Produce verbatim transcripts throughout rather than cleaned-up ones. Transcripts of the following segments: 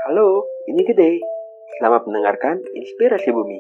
Halo, ini Gede. Selamat mendengarkan Inspirasi Bumi.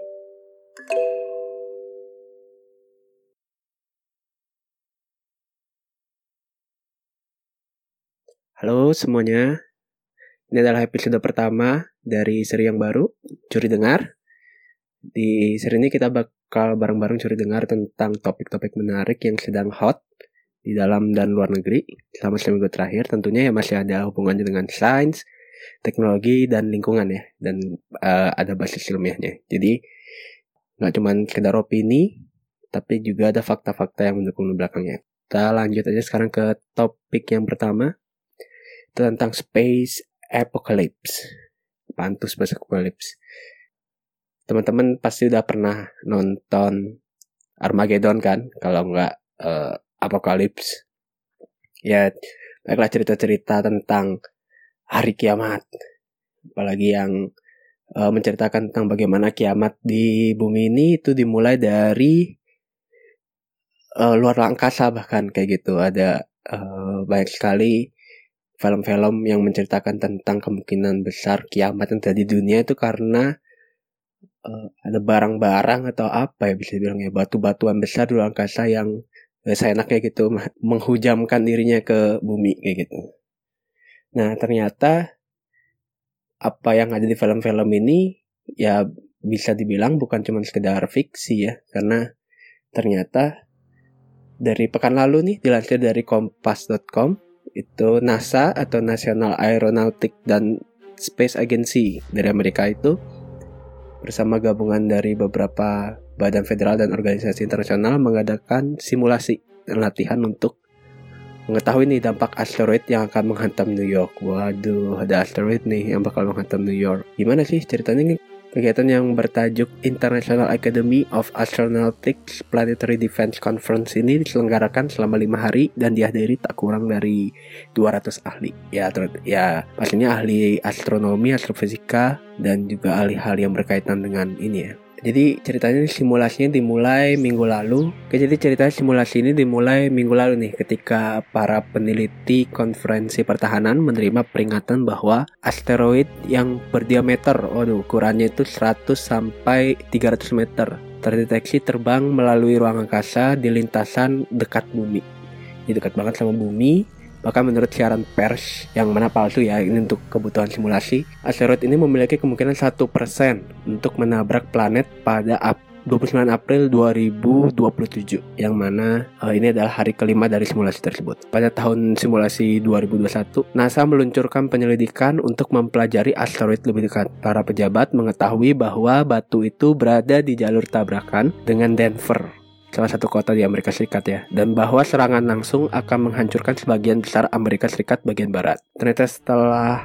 Halo semuanya, ini adalah episode pertama dari seri yang baru, Curi Dengar. Di seri ini kita bakal bareng-bareng curi dengar tentang topik-topik menarik yang sedang hot di dalam dan luar negeri selama seminggu terakhir. Tentunya ya masih ada hubungannya dengan sains, teknologi, dan lingkungan ya. Dan uh, ada basis ilmiahnya. Jadi gak cuma sekedar opini, tapi juga ada fakta-fakta yang mendukung di belakangnya. Kita lanjut aja sekarang ke topik yang pertama, tentang space apocalypse. Pantus bahasa apocalypse. Teman-teman pasti udah pernah nonton Armageddon kan? Kalau enggak uh, Apocalypse. Ya, baiklah cerita-cerita tentang hari kiamat. Apalagi yang uh, menceritakan tentang bagaimana kiamat di bumi ini itu dimulai dari uh, luar angkasa bahkan kayak gitu. Ada uh, banyak sekali film-film yang menceritakan tentang kemungkinan besar kiamat yang terjadi di dunia itu karena uh, ada barang-barang atau apa ya bisa dibilang ya, batu-batuan besar di luar angkasa yang uh, seenaknya gitu menghujamkan dirinya ke bumi kayak gitu. Nah ternyata apa yang ada di film-film ini ya bisa dibilang bukan cuma sekedar fiksi ya, karena ternyata dari pekan lalu nih dilansir dari kompas dot com itu NASA atau National Aeronautic dan Space Agency dari Amerika itu bersama gabungan dari beberapa badan federal dan organisasi internasional mengadakan simulasi dan latihan untuk mengetahui nih dampak asteroid yang akan menghantam New York. Waduh, ada asteroid nih yang bakal menghantam New York. Gimana sih ceritanya nih? Kegiatan yang bertajuk International Academy of Astronautics Planetary Defense Conference ini diselenggarakan selama lima hari dan dihadiri tak kurang dari dua ratus ahli. Ya, ter- ya pastinya ahli astronomi, astrofisika, dan juga ahli-ahli yang berkaitan dengan ini ya. Jadi ceritanya simulasinya dimulai minggu lalu. Oke, jadi ceritanya simulasi ini dimulai minggu lalu nih ketika para peneliti konferensi pertahanan menerima peringatan bahwa asteroid yang berdiameter, waduh, ukurannya itu seratus sampai tiga ratus meter terdeteksi terbang melalui ruang angkasa di lintasan dekat bumi. Ini dekat banget sama bumi. Bahkan menurut siaran pers yang mana palsu ya, ini untuk kebutuhan simulasi, asteroid ini memiliki kemungkinan satu persen untuk menabrak planet pada dua puluh sembilan April dua ribu dua puluh tujuh, yang mana uh, ini adalah hari kelima dari simulasi tersebut. Pada tahun simulasi dua ribu dua puluh satu, NASA meluncurkan penyelidikan untuk mempelajari asteroid lebih dekat. Para pejabat mengetahui bahwa batu itu berada di jalur tabrakan dengan Denver, salah satu kota di Amerika Serikat ya, dan bahwa serangan langsung akan menghancurkan sebagian besar Amerika Serikat bagian barat. Ternyata setelah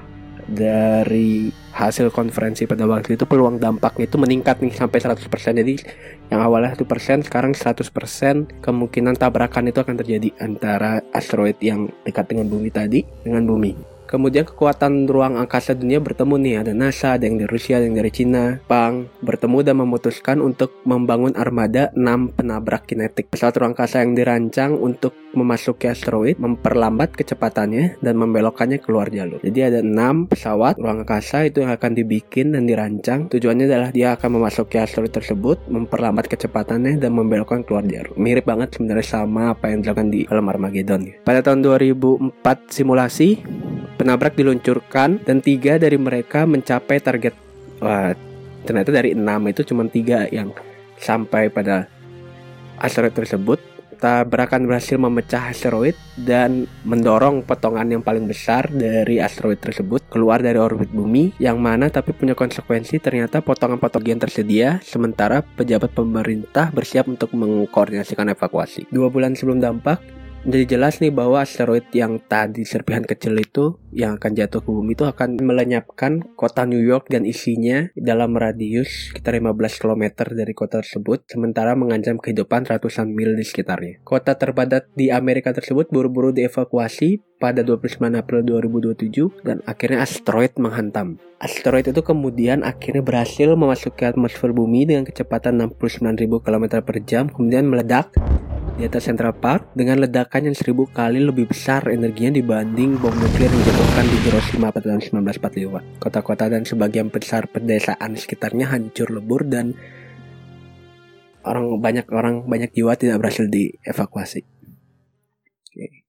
dari hasil konferensi pada waktu itu, peluang dampaknya itu meningkat nih sampai seratus persen. Jadi yang awalnya satu persen sekarang seratus persen kemungkinan tabrakan itu akan terjadi antara asteroid yang dekat dengan bumi tadi dengan bumi. Kemudian kekuatan ruang angkasa dunia bertemu nih, ada NASA, ada yang dari Rusia, ada yang dari Cina, Jepang, bertemu dan memutuskan untuk membangun armada enam penabrak kinetik. Pesawat ruang angkasa yang dirancang untuk memasuki asteroid, memperlambat kecepatannya dan membelokkannya keluar jalur. Jadi ada enam pesawat ruang angkasa itu yang akan dibikin dan dirancang. Tujuannya adalah dia akan memasuki asteroid tersebut, memperlambat kecepatannya dan membelokkan keluar jalur. Mirip banget sebenarnya sama apa yang dilakukan di film Armageddon ya. Pada tahun dua ribu empat simulasi, penabrak diluncurkan dan tiga dari mereka mencapai target. Wah, ternyata dari enam itu cuma tiga yang sampai pada asteroid tersebut. Tabrakan berhasil memecah asteroid dan mendorong potongan yang paling besar dari asteroid tersebut keluar dari orbit bumi, yang mana tapi punya konsekuensi. Ternyata potongan-potongan tersedia, sementara pejabat pemerintah bersiap untuk mengkoordinasikan evakuasi. Dua bulan sebelum dampak, jadi jelas nih bahwa asteroid yang tadi serpihan kecil itu yang akan jatuh ke bumi itu akan melenyapkan kota New York dan isinya dalam radius sekitar lima belas kilometer dari kota tersebut, sementara mengancam kehidupan ratusan mil di sekitarnya. Kota terpadat di Amerika tersebut buru-buru dievakuasi pada dua puluh sembilan April dua ribu dua puluh tujuh dan akhirnya asteroid menghantam. Asteroid itu kemudian akhirnya berhasil memasuki atmosfer bumi dengan kecepatan enam puluh sembilan ribu kilometer per jam, kemudian meledak di atas Central Park dengan ledakan yang seribu kali lebih besar energinya dibanding bom nuklir yang dijatuhkan di Hiroshima pada tahun sembilan belas empat puluh lima. Kota-kota dan sebagian besar pedesaan sekitarnya hancur lebur dan orang banyak orang banyak jiwa tidak berhasil dievakuasi. Oke.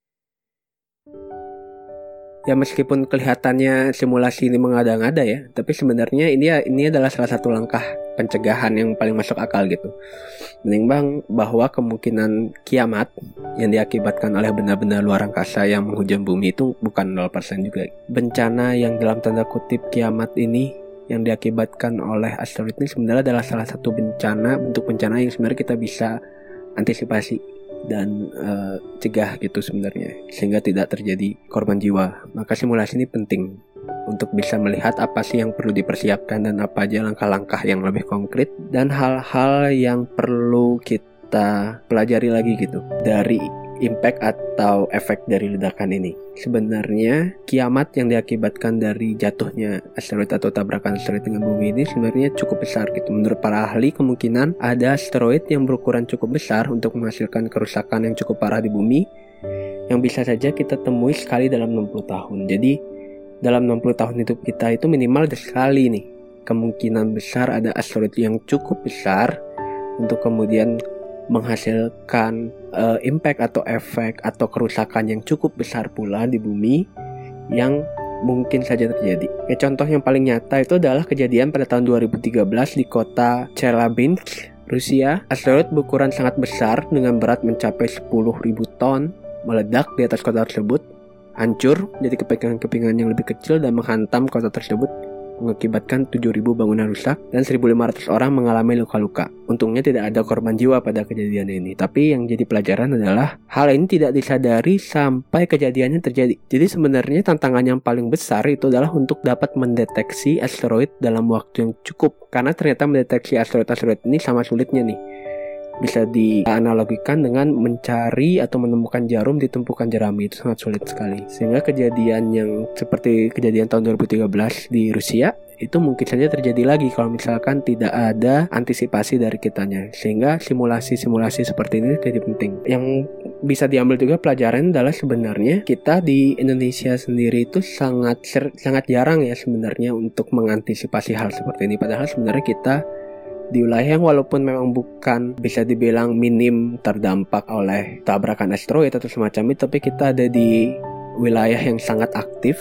Ya meskipun kelihatannya simulasi ini mengada-ngada ya, tapi sebenarnya ini ini adalah salah satu langkah pencegahan yang paling masuk akal gitu. Menimbang bahwa kemungkinan kiamat yang diakibatkan oleh benda-benda luar angkasa yang menghujam bumi itu bukan nol persen juga. Bencana yang dalam tanda kutip kiamat ini yang diakibatkan oleh asteroid ini sebenarnya adalah salah satu bencana, bentuk bencana yang sebenarnya kita bisa antisipasi dan uh, cegah gitu sebenarnya, sehingga tidak terjadi korban jiwa. Maka simulasi ini penting untuk bisa melihat apa sih yang perlu dipersiapkan dan apa aja langkah-langkah yang lebih konkret dan hal-hal yang perlu kita pelajari lagi gitu dari impact atau efek dari ledakan ini. Sebenarnya kiamat yang diakibatkan dari jatuhnya asteroid atau tabrakan asteroid dengan bumi ini sebenarnya cukup besar gitu. Menurut para ahli, kemungkinan ada asteroid yang berukuran cukup besar untuk menghasilkan kerusakan yang cukup parah di bumi yang bisa saja kita temui sekali dalam enam puluh tahun. Jadi dalam enam puluh tahun hidup kita itu minimal ada sekali nih kemungkinan besar ada asteroid yang cukup besar untuk kemudian menghasilkan uh, impact atau efek atau kerusakan yang cukup besar pula di bumi yang mungkin saja terjadi. Ya, contoh yang paling nyata itu adalah kejadian pada tahun dua ribu tiga belas di kota Chelyabinsk, Rusia. Asteroid berukuran sangat besar dengan berat mencapai sepuluh ribu ton meledak di atas kota tersebut, hancur jadi kepingan-kepingan yang lebih kecil dan menghantam kota tersebut, mengakibatkan tujuh ribu bangunan rusak dan seribu lima ratus orang mengalami luka-luka. Untungnya tidak ada korban jiwa pada kejadian ini, tapi yang jadi pelajaran adalah hal ini tidak disadari sampai kejadiannya terjadi. Jadi sebenarnya tantangan yang paling besar itu adalah untuk dapat mendeteksi asteroid dalam waktu yang cukup, karena ternyata mendeteksi asteroid-asteroid ini sama sulitnya nih. Bisa dianalogikan dengan mencari atau menemukan jarum di tumpukan jerami, itu sangat sulit sekali. Sehingga kejadian yang seperti kejadian tahun dua ribu tiga belas di Rusia itu mungkin saja terjadi lagi kalau misalkan tidak ada antisipasi dari kitanya. Sehingga simulasi-simulasi seperti ini jadi penting. Yang bisa diambil juga pelajaran adalah sebenarnya kita di Indonesia sendiri itu sangat sangat jarang ya sebenarnya untuk mengantisipasi hal seperti ini. Padahal sebenarnya kita di wilayah yang walaupun memang bukan bisa dibilang minim terdampak oleh tabrakan asteroid atau semacam itu, tapi kita ada di wilayah yang sangat aktif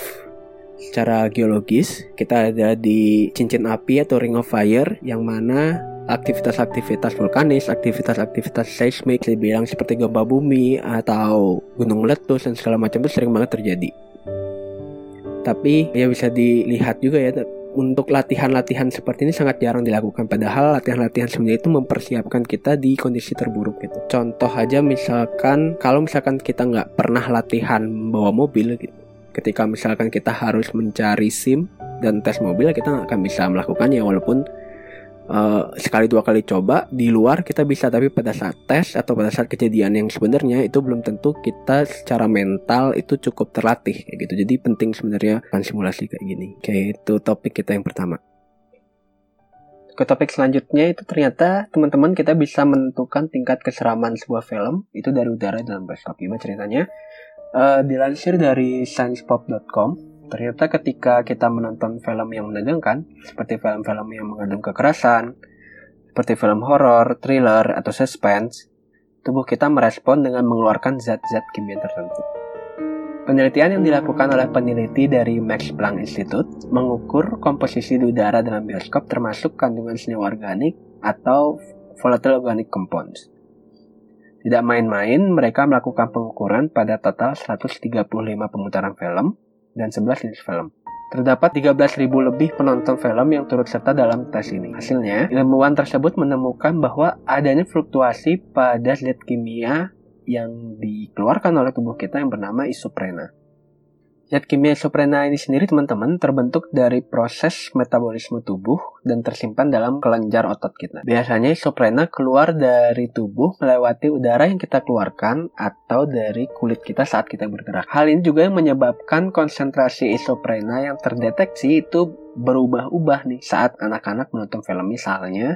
secara geologis. Kita ada di cincin api atau ring of fire, yang mana aktivitas-aktivitas vulkanis, aktivitas-aktivitas seismik dibilang seperti gempa bumi atau gunung meletus dan segala macam itu sering banget terjadi. Tapi ya bisa dilihat juga ya, untuk latihan-latihan seperti ini sangat jarang dilakukan. Padahal latihan-latihan sebenarnya itu mempersiapkan kita di kondisi terburuk gitu. Contoh aja misalkan, kalau misalkan kita nggak pernah latihan bawa mobil gitu, ketika misalkan kita harus mencari SIM dan tes mobil, kita nggak akan bisa melakukannya. Walaupun uh, sekali dua kali coba di luar kita bisa, tapi pada saat tes atau pada saat kejadian yang sebenarnya itu belum tentu kita secara mental itu cukup terlatih kayak gitu. Jadi penting sebenarnya kan simulasi kayak gini. Kayak itu topik kita yang pertama. Ke topik selanjutnya itu ternyata teman-teman kita bisa menentukan tingkat keseraman sebuah film itu dari udara dalam bioskop. Gimana ceritanya? Uh, dilansir dari science pop dot com, ternyata ketika kita menonton film yang menegangkan, seperti film-film yang mengandung kekerasan, seperti film horor, thriller, atau suspense, tubuh kita merespon dengan mengeluarkan zat-zat kimia tertentu. Penelitian yang dilakukan oleh peneliti dari Max Planck Institute mengukur komposisi di udara dalam bioskop termasuk kandungan senyawa organik atau volatile organic compounds. Tidak main-main, mereka melakukan pengukuran pada total seratus tiga puluh lima pemutaran film dan sebelas jenis film. Terdapat tiga belas ribu lebih penonton film yang turut serta dalam tes ini. Hasilnya, ilmuwan tersebut menemukan bahwa adanya fluktuasi pada zat kimia yang dikeluarkan oleh tubuh kita yang bernama isoprena. Zat kimia isoprena ini sendiri teman-teman terbentuk dari proses metabolisme tubuh dan tersimpan dalam kelenjar otot kita. Biasanya isoprena keluar dari tubuh melewati udara yang kita keluarkan atau dari kulit kita saat kita bergerak. Hal ini juga yang menyebabkan konsentrasi isoprena yang terdeteksi itu berubah-ubah nih saat anak-anak menonton film misalnya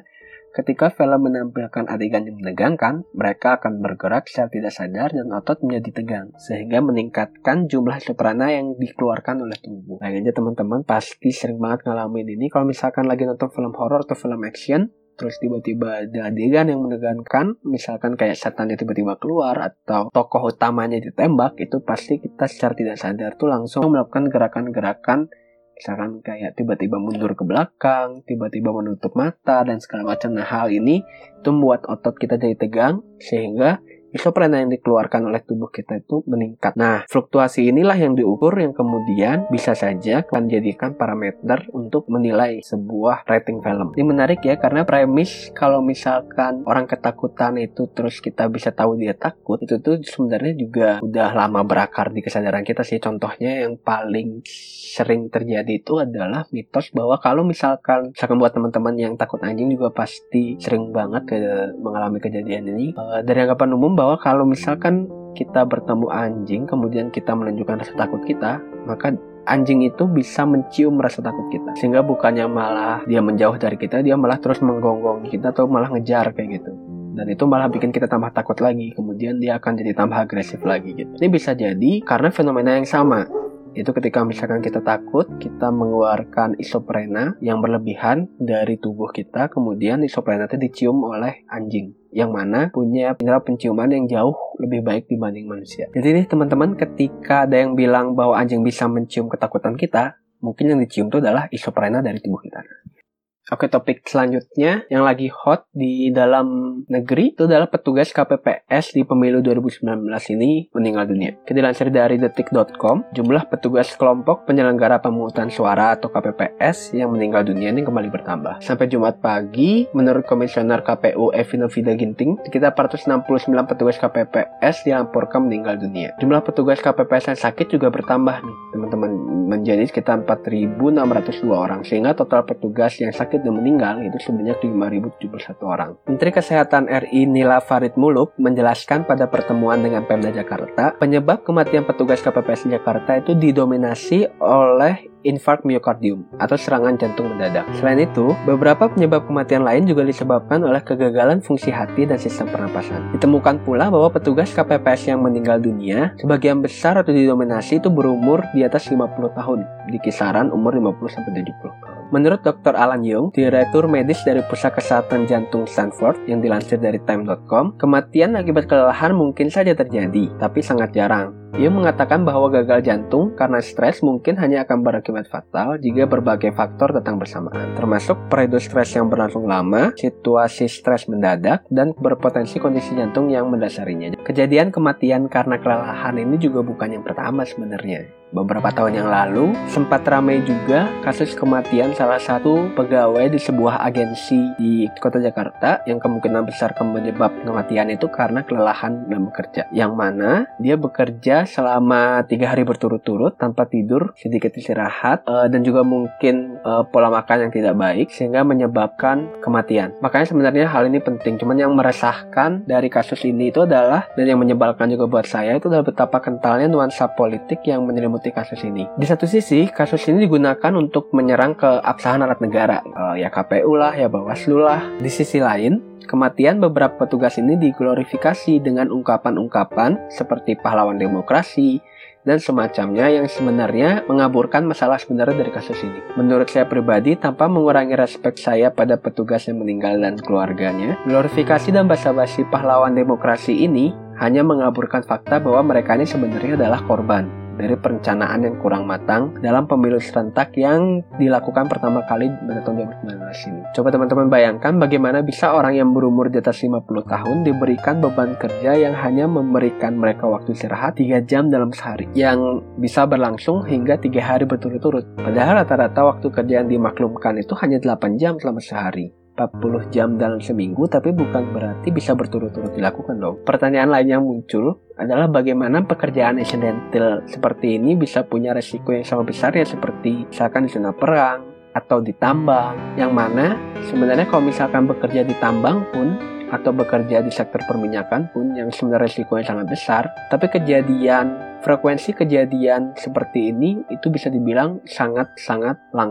Ketika film menampilkan adegan yang menegangkan, mereka akan bergerak secara tidak sadar dan otot menjadi tegang, sehingga meningkatkan jumlah isoprena yang dikeluarkan oleh tubuh. Nah, aja teman-teman pasti sering banget ngalamin ini kalau misalkan lagi nonton film horor atau film action, terus tiba-tiba ada adegan yang menegangkan, misalkan kayak setannya tiba-tiba keluar atau tokoh utamanya ditembak, itu pasti kita secara tidak sadar tuh langsung melakukan gerakan-gerakan, misalkan kayak tiba-tiba mundur ke belakang, tiba-tiba menutup mata, dan segala macam. Nah, hal ini itu membuat otot kita jadi tegang, sehingga isoprena yang dikeluarkan oleh tubuh kita itu meningkat. Nah, fluktuasi inilah yang diukur yang kemudian bisa saja akan dijadikan parameter untuk menilai sebuah rating film. Ini menarik ya, karena premis kalau misalkan orang ketakutan itu terus kita bisa tahu dia takut, itu tuh sebenarnya juga udah lama berakar di kesadaran kita sih. Contohnya yang paling sering terjadi itu adalah mitos bahwa kalau misalkan, misalkan buat teman-teman yang takut anjing juga pasti sering banget ke, mengalami kejadian ini. Uh, dari anggapan umum bahwa kalau misalkan kita bertemu anjing kemudian kita menunjukkan rasa takut kita, maka anjing itu bisa mencium rasa takut kita, sehingga bukannya malah dia menjauh dari kita, dia malah terus menggonggong kita atau malah ngejar kayak gitu. Dan itu malah bikin kita tambah takut lagi, kemudian dia akan jadi tambah agresif lagi gitu. Ini bisa jadi karena fenomena yang sama. Itu ketika misalkan kita takut, kita mengeluarkan isoprena yang berlebihan dari tubuh kita, kemudian isoprena itu dicium oleh anjing, yang mana punya indera penciuman yang jauh lebih baik dibanding manusia. Jadi nih teman-teman, ketika ada yang bilang bahwa anjing bisa mencium ketakutan kita, mungkin yang dicium itu adalah isoprena dari tubuh kita. Oke, topik selanjutnya yang lagi hot di dalam negeri itu adalah petugas K P P S di pemilu dua ribu sembilan belas ini meninggal dunia. Dilansir dari detik dot com, jumlah petugas kelompok penyelenggara pemungutan suara atau K P P S yang meninggal dunia ini kembali bertambah. Sampai Jumat pagi, menurut Komisioner K P U Evi Novida Ginting, sekitar empat ratus enam puluh sembilan petugas K P P S dilaporkan meninggal dunia. Jumlah petugas K P P S yang sakit juga bertambah nih, teman-teman, menjadi sekitar empat ribu enam ratus dua orang, sehingga total petugas yang sakit dan meninggal itu sebanyak lima ribu tujuh puluh satu orang. Menteri Kesehatan R I Nila Farid Muluk menjelaskan pada pertemuan dengan Pemda Jakarta, penyebab kematian petugas K P P S Jakarta itu didominasi oleh infark miokardium atau serangan jantung mendadak. Selain itu, beberapa penyebab kematian lain juga disebabkan oleh kegagalan fungsi hati dan sistem pernapasan. Ditemukan pula bahwa petugas K P P S yang meninggal dunia, sebagian besar atau didominasi itu berumur di atas lima puluh tahun, di kisaran umur lima puluh sampai tujuh puluh. Menurut dokter Alan Young, Direktur Medis dari Pusat Kesehatan Jantung Stanford yang dilansir dari time dot com, kematian akibat kelelahan mungkin saja terjadi, tapi sangat jarang. Ia mengatakan bahwa gagal jantung karena stres mungkin hanya akan berakibat fatal jika berbagai faktor datang bersamaan, termasuk periode stres yang berlangsung lama, situasi stres mendadak, dan berpotensi kondisi jantung yang mendasarinya. Kejadian kematian karena kelelahan ini juga bukan yang pertama sebenarnya. Beberapa tahun yang lalu, sempat ramai juga kasus kematian salah satu pegawai di sebuah agensi di kota Jakarta yang kemungkinan besar penyebab kematian itu karena kelelahan dalam bekerja. Yang mana dia bekerja selama tiga hari berturut-turut tanpa tidur, sedikit istirahat, uh, dan juga mungkin uh, pola makan yang tidak baik sehingga menyebabkan kematian. Makanya sebenarnya hal ini penting. Cuman yang meresahkan dari kasus ini itu adalah, dan yang menyebalkan juga buat saya, itu adalah betapa kentalnya nuansa politik yang menyelimuti kasus ini. Di satu sisi, kasus ini digunakan untuk menyerang keabsahan alat negara, uh, ya K P U lah, ya Bawaslu lah. Di sisi lain, kematian beberapa petugas ini diglorifikasi dengan ungkapan-ungkapan seperti pahlawan demokrasi dan semacamnya yang sebenarnya mengaburkan masalah sebenarnya dari kasus ini. Menurut saya pribadi, tanpa mengurangi respek saya pada petugas yang meninggal dan keluarganya, glorifikasi dan basa-basi pahlawan demokrasi ini hanya mengaburkan fakta bahwa mereka ini sebenarnya adalah korban dari perencanaan yang kurang matang dalam pemilu serentak yang dilakukan pertama kali pada tahun dua ribu sembilan belas ini. Coba teman-teman bayangkan bagaimana bisa orang yang berumur di atas lima puluh tahun diberikan beban kerja yang hanya memberikan mereka waktu istirahat tiga jam dalam sehari, yang bisa berlangsung hingga tiga hari berturut-turut. Padahal rata-rata waktu kerja yang dimaklumkan itu hanya delapan jam selama sehari. empat puluh jam dalam seminggu, tapi bukan berarti bisa berturut-turut dilakukan dong. Pertanyaan lain yang muncul adalah bagaimana pekerjaan esensial seperti ini bisa punya resiko yang sama besar ya, seperti misalkan di zona perang atau di tambang, yang mana sebenarnya kalau misalkan bekerja di tambang pun atau bekerja di sektor perminyakan pun yang sebenarnya resikonya sangat besar, tapi kejadian, frekuensi kejadian seperti ini itu bisa dibilang sangat-sangat langka.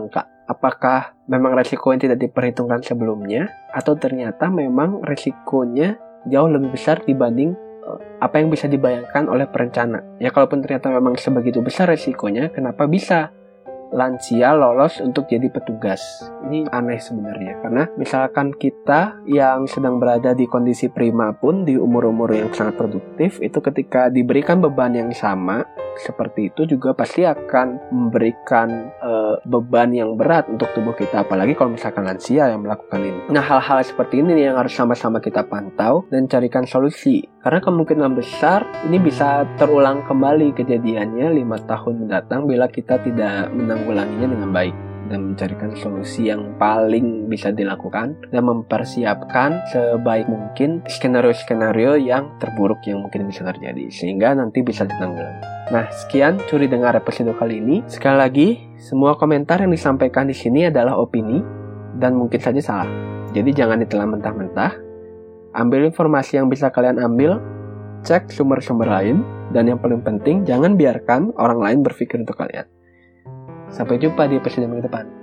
Apakah memang resiko yang tidak diperhitungkan sebelumnya, atau ternyata memang resikonya jauh lebih besar dibanding uh, apa yang bisa dibayangkan oleh perencana. Ya kalaupun ternyata memang sebegitu besar resikonya, kenapa bisa lansia lolos untuk jadi petugas? Ini aneh sebenarnya, karena misalkan kita yang sedang berada di kondisi prima pun di umur-umur yang sangat produktif, itu ketika diberikan beban yang sama seperti itu juga pasti akan memberikan uh, beban yang berat untuk tubuh kita, apalagi kalau misalkan lansia yang melakukan ini. Nah, hal-hal seperti ini yang harus sama-sama kita pantau dan carikan solusi, karena kemungkinan besar ini bisa terulang kembali kejadiannya lima tahun mendatang bila kita tidak menanggulanginya dengan baik dan mencarikan solusi yang paling bisa dilakukan dan mempersiapkan sebaik mungkin skenario-skenario yang terburuk yang mungkin bisa terjadi sehingga nanti bisa ditanggulangi. Nah, sekian Curi Dengar episode kali ini. Sekali lagi, semua komentar yang disampaikan di sini adalah opini dan mungkin saja salah. Jadi jangan ditelan mentah-mentah. Ambil informasi yang bisa kalian ambil, cek sumber-sumber lain, dan yang paling penting jangan biarkan orang lain berpikir untuk kalian. Sampai jumpa di episode minggu depan.